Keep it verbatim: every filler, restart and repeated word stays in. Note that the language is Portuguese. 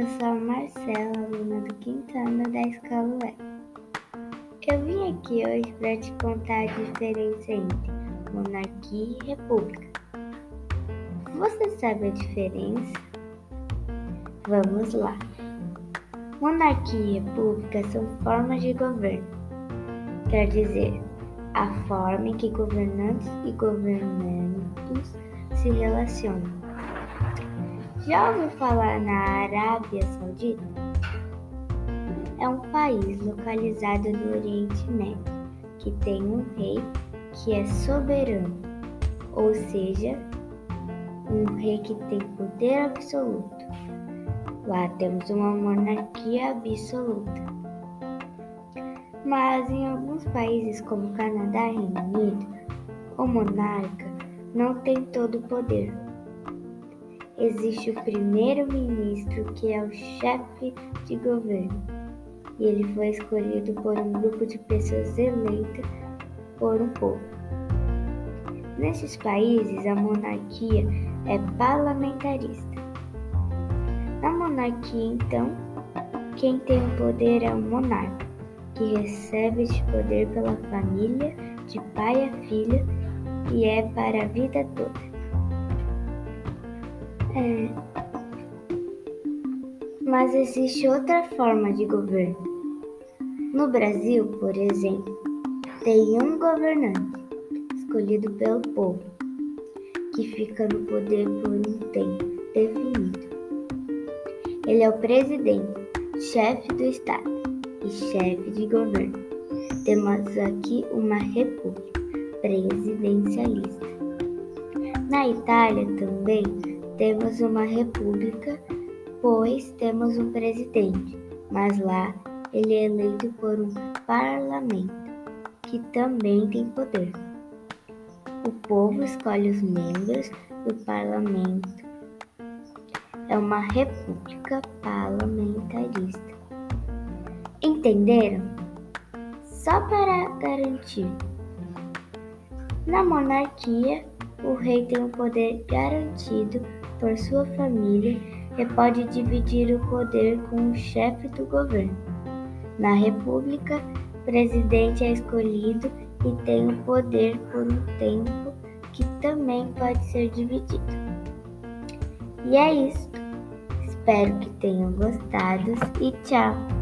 eu sou a Marcela, aluna do quinto ano da Escola U E. Eu vim aqui hoje para te contar a diferença entre monarquia e república. Você sabe a diferença? Vamos lá. Monarquia e república são formas de governo. Quer dizer, a forma em que governantes e governandos se relacionam. Já ouviu falar na Arábia Saudita? É um país localizado no Oriente Médio, que tem um rei que é soberano, ou seja, um rei que tem poder absoluto. Lá temos uma monarquia absoluta. Mas em alguns países como Canadá e Reino Unido, o monarca não tem todo o poder. Existe o primeiro-ministro, que é o chefe de governo, e ele foi escolhido por um grupo de pessoas eleitas por um povo. Nesses países, a monarquia é parlamentarista. Na monarquia, então, quem tem o poder é o monarca, que recebe este poder pela família, de pai a filho, e é para a vida toda. É. Mas existe outra forma de governo. No Brasil, por exemplo, tem um governante, escolhido pelo povo, que fica no poder por um tempo definido. Ele é o presidente, chefe do Estado e chefe de governo. Temos aqui uma república presidencialista. Na Itália também temos uma república, pois temos um presidente, mas lá ele é eleito por um parlamento, que também tem poder. O povo escolhe os membros do parlamento. É uma república parlamentarista. Entenderam? Só para garantir. Na monarquia, o rei tem o poder garantido por sua família e pode dividir o poder com o chefe do governo. Na república, o presidente é escolhido e tem o poder por um tempo, que também pode ser dividido. E é isso. Espero que tenham gostado e tchau!